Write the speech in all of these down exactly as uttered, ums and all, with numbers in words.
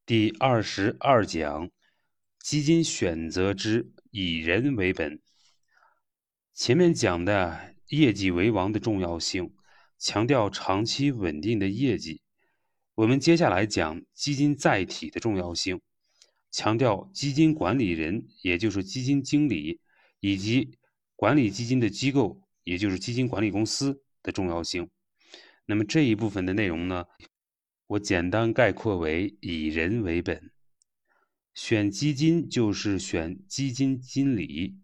第二十二讲，基金选择之以人为本。前面讲的业绩为王的重要性，强调长期稳定的业绩。我们接下来讲基金载体的重要性，强调基金管理人，也就是基金经理，以及管理基金的机构，也就是基金管理公司的重要性。那么这一部分的内容呢，我简单概括为以人为本。选基金就是选基金经理。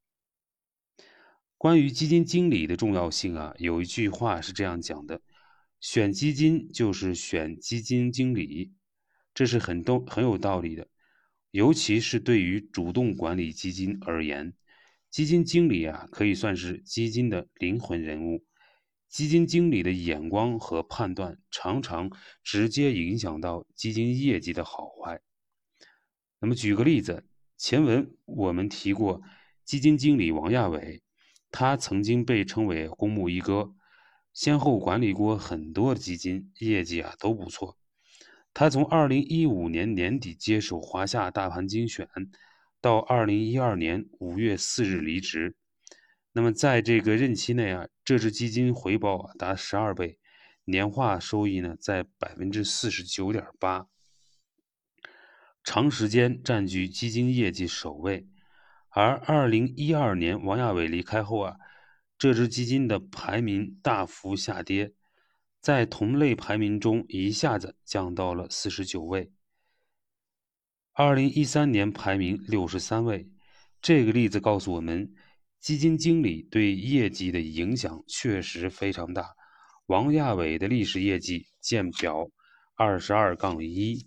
关于基金经理的重要性啊，有一句话是这样讲的：选基金就是选基金经理，这是很都很有道理的。尤其是对于主动管理基金而言，基金经理啊可以算是基金的灵魂人物。基金经理的眼光和判断常常直接影响到基金业绩的好坏。那么举个例子，前文我们提过基金经理王亚伟，他曾经被称为公募一哥，先后管理过很多基金，业绩啊都不错。他从二零一五年年底接手华夏大盘精选，到二零一二年五月四日离职。那么在这个任期内啊，这支基金回报啊达十二倍，年化收益呢在百分之四十九点八。长时间占据基金业绩首位。而二零一二年王亚伟离开后啊，这支基金的排名大幅下跌，在同类排名中一下子降到了四十九位。二零一三年排名六十三位。这个例子告诉我们，基金经理对业绩的影响确实非常大。王亚伟的历史业绩见表二十二杠一。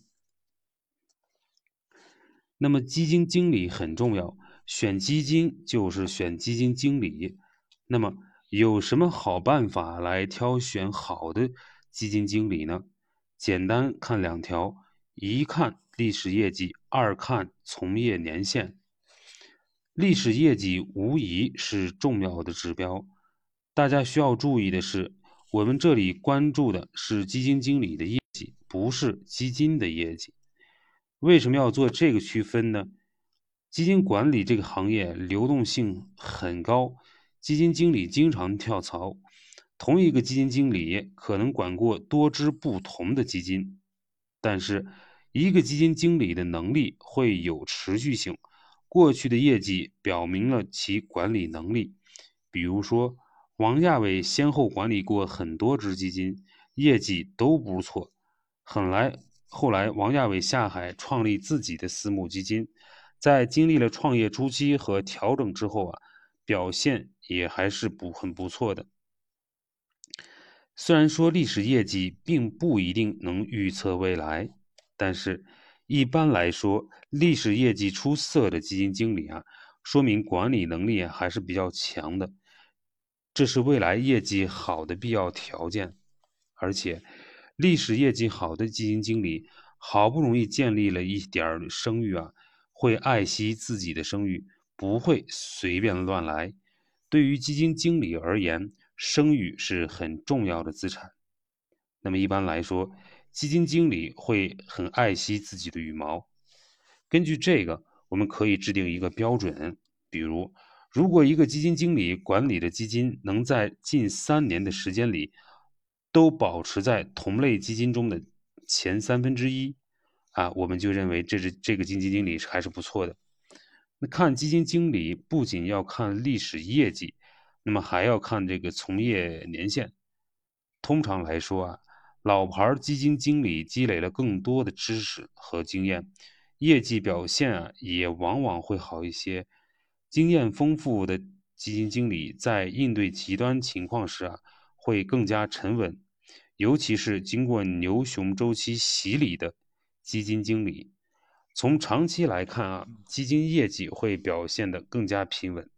那么基金经理很重要，选基金就是选基金经理。那么有什么好办法来挑选好的基金经理呢？简单看两条，一看历史业绩，二看从业年限。历史业绩无疑是重要的指标，大家需要注意的是，我们这里关注的是基金经理的业绩，不是基金的业绩。为什么要做这个区分呢？基金管理这个行业流动性很高，基金经理经常跳槽，同一个基金经理可能管过多支不同的基金，但是一个基金经理的能力会有持续性，过去的业绩表明了其管理能力。比如说，王亚伟先后管理过很多支基金，业绩都不错。很来后来，王亚伟下海创立自己的私募基金，在经历了创业初期和调整之后啊，表现也还是不很不错的。虽然说历史业绩并不一定能预测未来，但是一般来说，历史业绩出色的基金经理啊，说明管理能力还是比较强的，这是未来业绩好的必要条件。而且，历史业绩好的基金经理好不容易建立了一点声誉啊，会爱惜自己的声誉，不会随便乱来。对于基金经理而言，声誉是很重要的资产。那么一般来说，基金经理会很爱惜自己的羽毛。根据这个，我们可以制定一个标准，比如，如果一个基金经理管理的基金能在近三年的时间里都保持在同类基金中的前三分之一，啊，我们就认为这是这个基金经理还是不错的。那看基金经理不仅要看历史业绩，那么还要看这个从业年限。通常来说啊，老牌基金经理积累了更多的知识和经验，业绩表现啊也往往会好一些。经验丰富的基金经理在应对极端情况时啊，会更加沉稳，尤其是经过牛熊周期洗礼的基金经理。从长期来看啊，基金业绩会表现得更加平稳。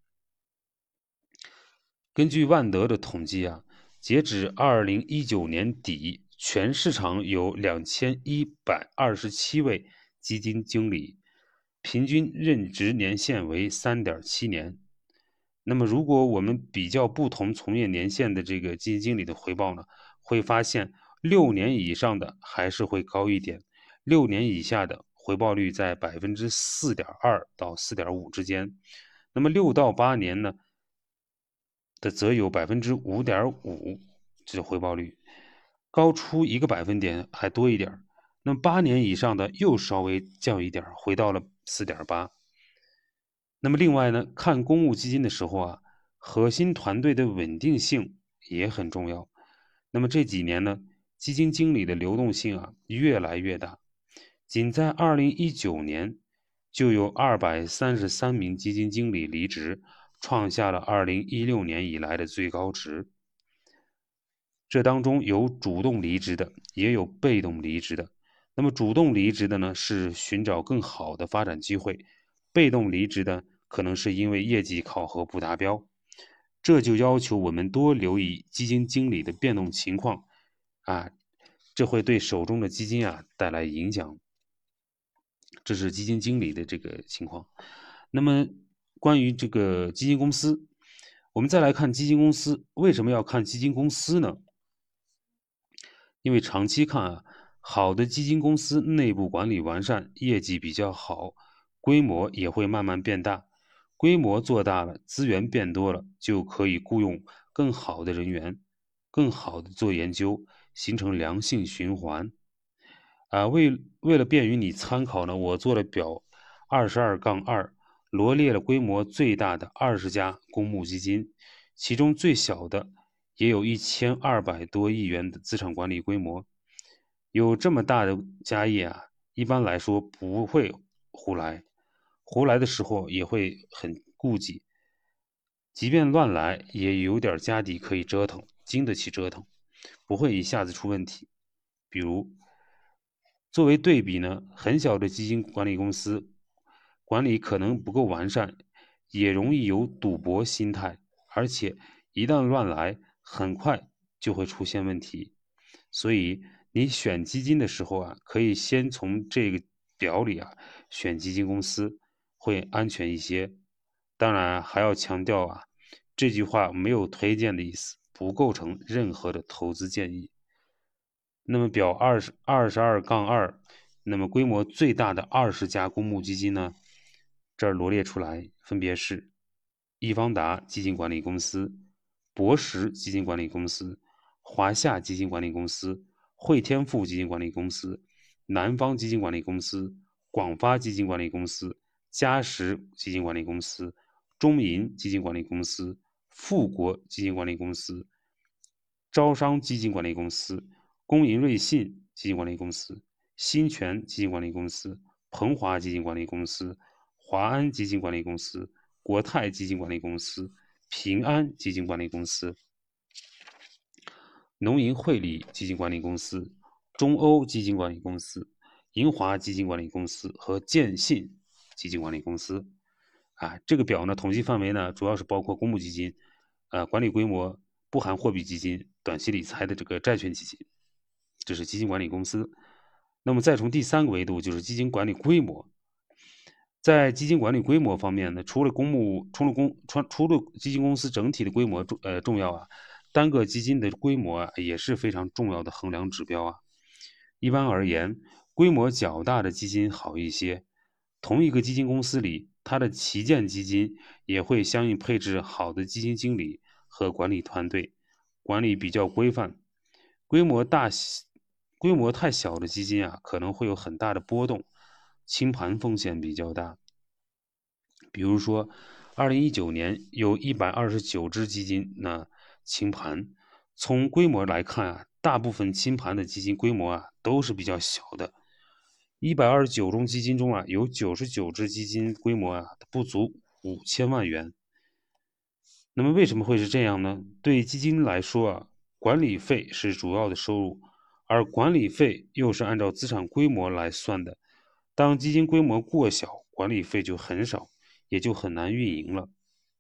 根据万德的统计啊，截止二零一九年底，全市场有两千一百二十七位基金经理，平均任职年限为三点七年。那么，如果我们比较不同从业年限的这个基金经理的回报呢，会发现六年以上的还是会高一点， 六年以下的回报率在 百分之四点二 到 四点五 之间，那么六到八年呢的则有 百分之五点五 这回报率，高出一个百分点还多一点。那么八年以上的又稍微降一点，回到了 四点八。那么另外呢，看公募基金的时候啊，核心团队的稳定性也很重要。那么这几年呢，基金经理的流动性啊越来越大，仅在二零一九年就有二百三十三名基金经理离职，创下了二零一六年以来的最高值。这当中有主动离职的，也有被动离职的。那么主动离职的呢，是寻找更好的发展机会；被动离职的可能是因为业绩考核不达标。这就要求我们多留意基金经理的变动情况啊，这会对手中的基金啊带来影响。这是基金经理的这个情况。那么关于这个基金公司，我们再来看基金公司，为什么要看基金公司呢？因为长期看啊，好的基金公司内部管理完善，业绩比较好，规模也会慢慢变大。规模做大了，资源变多了，就可以雇佣更好的人员，更好的做研究，形成良性循环。啊，为为了便于你参考呢，我做了表二十二杠二，罗列了规模最大的二十家公募基金，其中最小的也有一千二百多亿元的资产管理规模。有这么大的家业啊，一般来说不会胡来，胡来的时候也会很顾忌，即便乱来也有点家底可以折腾，经得起折腾，不会一下子出问题。比如作为对比呢，很小的基金管理公司管理可能不够完善，也容易有赌博心态，而且一旦乱来，很快就会出现问题。所以你选基金的时候啊，可以先从这个表里啊选基金公司，会安全一些。当然还要强调啊，这句话没有推荐的意思，不构成任何的投资建议。那么表二十二十二杠二，那么规模最大的二十家公募基金呢，这儿罗列出来，分别是易方达基金管理公司、博时基金管理公司、华夏基金管理公司、汇添富基金管理公司、南方基金管理公司、广发基金管理公司、嘉实基金管理公司、中银基金管理公司、富国基金管理公司、招商基金管理公司、工银瑞信基金管理公司、新泉基金管理公司、鹏华基金管理公司、华安基金管理公司、国泰基金管理公司、平安基金管理公司、农银汇理基金管理公司、中欧基金管理公司、银华基金管理公司和建信基金管理公司。啊，这个表呢，统计范围呢，主要是包括公募基金，呃，管理规模不含货币基金、短期理财的这个债券基金，这是基金管理公司。那么再从第三个维度，就是基金管理规模。在基金管理规模方面呢，除了公募，除了公，除除了基金公司整体的规模重呃重要啊，单个基金的规模啊也是非常重要的衡量指标啊。一般而言，规模较大的基金好一些。同一个基金公司里，它的旗舰基金也会相应配置好的基金经理和管理团队，管理比较规范。规模大、规模太小的基金啊，可能会有很大的波动，清盘风险比较大。比如说，二零一九年有一百二十九只基金呢清盘，从规模来看啊，大部分清盘的基金规模啊都是比较小的。一百二十九种基金中啊，有九十九只基金规模啊不足五千万元。那么为什么会是这样呢？对基金来说啊，管理费是主要的收入，而管理费又是按照资产规模来算的。当基金规模过小，管理费就很少，也就很难运营了。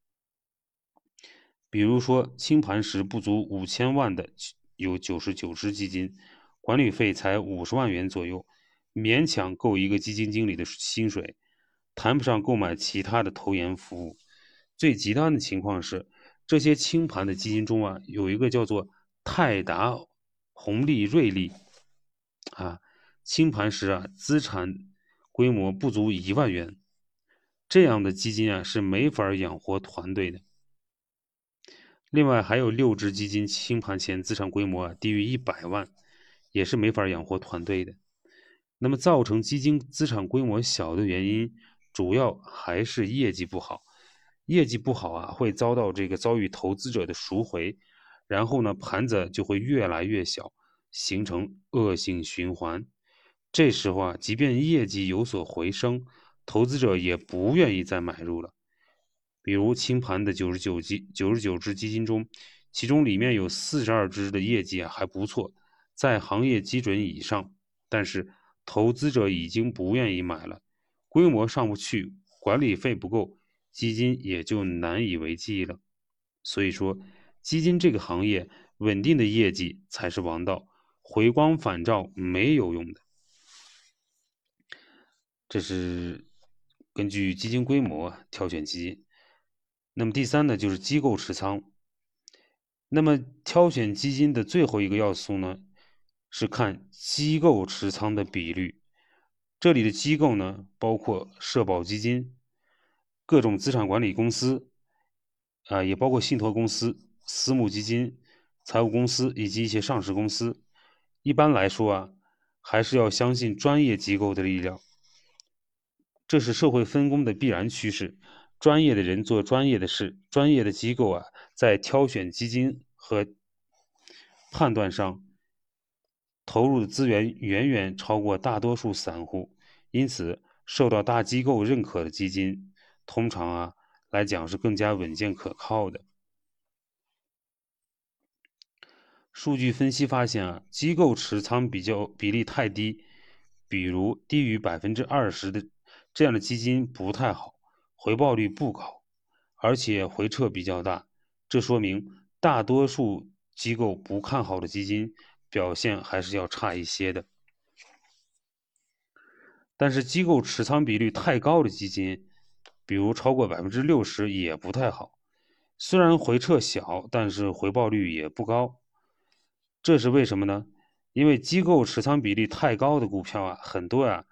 比如说，清盘时不足五千万的有九十九只基金，管理费才五十万元左右，勉强够一个基金经理的薪水，谈不上购买其他的投研服务。最极端的情况是，这些清盘的基金中啊，有一个叫做泰达红利瑞利啊， 清盘时啊，资产规模不足一万元，这样的基金啊是没法养活团队的。另外还有六只基金清盘前资产规模啊低于一百万，也是没法养活团队的。那么造成基金资产规模小的原因，主要还是业绩不好。业绩不好啊，会遭到这个遭遇投资者的赎回，然后呢，盘子就会越来越小，形成恶性循环。这时候啊，即便业绩有所回升，投资者也不愿意再买入了。比如清盘的九十九基九十九只基金中，其中里面有四十二只的业绩啊还不错，在行业基准以上，但是投资者已经不愿意买了，规模上不去，管理费不够，基金也就难以为继了。所以说，基金这个行业稳定的业绩才是王道，回光返照没有用的。这是根据基金规模挑选基金。那么第三呢，就是机构持仓。那么挑选基金的最后一个要素呢，是看机构持仓的比率。这里的机构呢，包括社保基金、各种资产管理公司，啊、也包括信托公司、私募基金、财务公司以及一些上市公司。一般来说啊，还是要相信专业机构的力量。这是社会分工的必然趋势，专业的人做专业的事，专业的机构啊，在挑选基金和判断上投入的资源远远超过大多数散户，因此受到大机构认可的基金，通常啊来讲是更加稳健可靠的。数据分析发现啊，机构持仓比较比例太低，比如低于百分之二十的这样的基金不太好，回报率不高，而且回撤比较大。这说明大多数机构不看好的基金表现还是要差一些的。但是机构持仓比率太高的基金，比如超过百分之六十也不太好，虽然回撤小，但是回报率也不高。这是为什么呢？因为机构持仓比例太高的股票啊，很多啊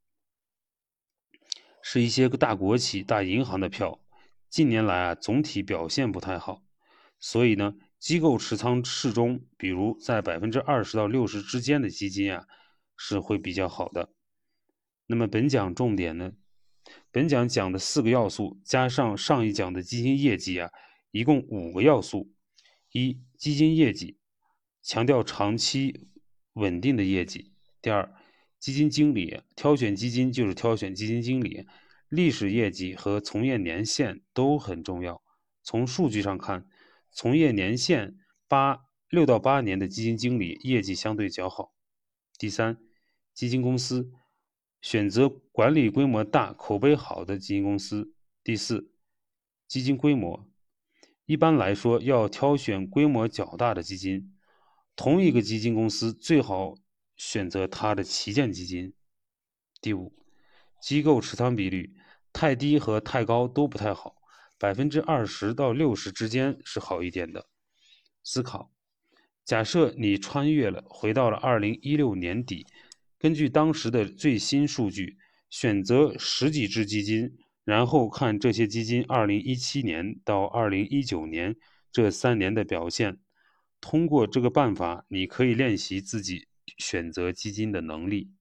是一些个大国企、大银行的票，近年来啊总体表现不太好，所以呢，机构持仓适中，比如在百分之二十到六十之间的基金啊，是会比较好的。那么本讲重点呢，本讲讲的四个要素，加上上一讲的基金业绩啊，一共五个要素。一、基金业绩，强调长期稳定的业绩。第二，基金经理，挑选基金就是挑选基金经理，历史业绩和从业年限都很重要。从数据上看，从业年限八六到八年的基金经理业绩相对较好。第三，基金公司，选择管理规模大、口碑好的基金公司。第四，基金规模，一般来说要挑选规模较大的基金，同一个基金公司最好选择它的旗舰基金。第五，机构持仓比率，太低和太高都不太好，百分之二十到六十之间是好一点的。思考：假设你穿越了，回到了二零一六年底，根据当时的最新数据，选择十几只基金，然后看这些基金二零一七年到二零一九年这三年的表现。通过这个办法，你可以练习自己选择基金的能力。